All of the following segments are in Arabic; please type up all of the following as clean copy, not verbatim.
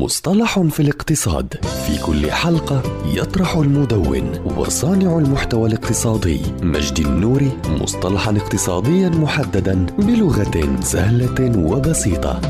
مصطلح في الاقتصاد. في كل حلقة يطرح المدون وصانع المحتوى الاقتصادي مجدي النوري مصطلحا اقتصاديا محددا بلغة سهلة وبسيطة.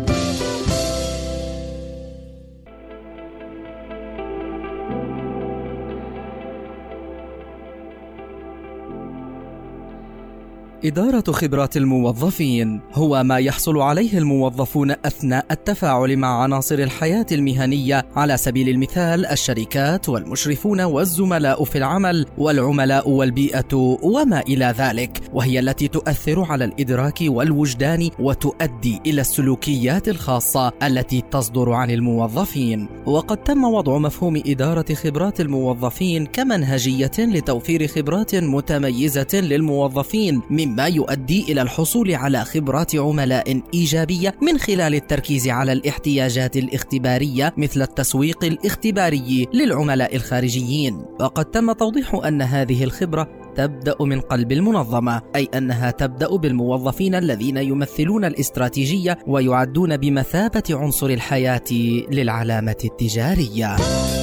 إدارة خبرات الموظفين هو ما يحصل عليه الموظفون أثناء التفاعل مع عناصر الحياة المهنية، على سبيل المثال الشركات والمشرفون والزملاء في العمل والعملاء والبيئة وما إلى ذلك، وهي التي تؤثر على الإدراك والوجدان وتؤدي إلى السلوكيات الخاصة التي تصدر عن الموظفين. وقد تم وضع مفهوم إدارة خبرات الموظفين كمنهجية لتوفير خبرات متميزة للموظفين، مما يؤدي إلى الحصول على خبرات عملاء إيجابية من خلال التركيز على الاحتياجات الاختبارية مثل التسويق الاختباري للعملاء الخارجيين. وقد تم توضيح أن هذه الخبرة تبدأ من قلب المنظمة، أي أنها تبدأ بالموظفين الذين يمثلون الاستراتيجية ويعدون بمثابة عنصر الحياة للعلامة التجارية.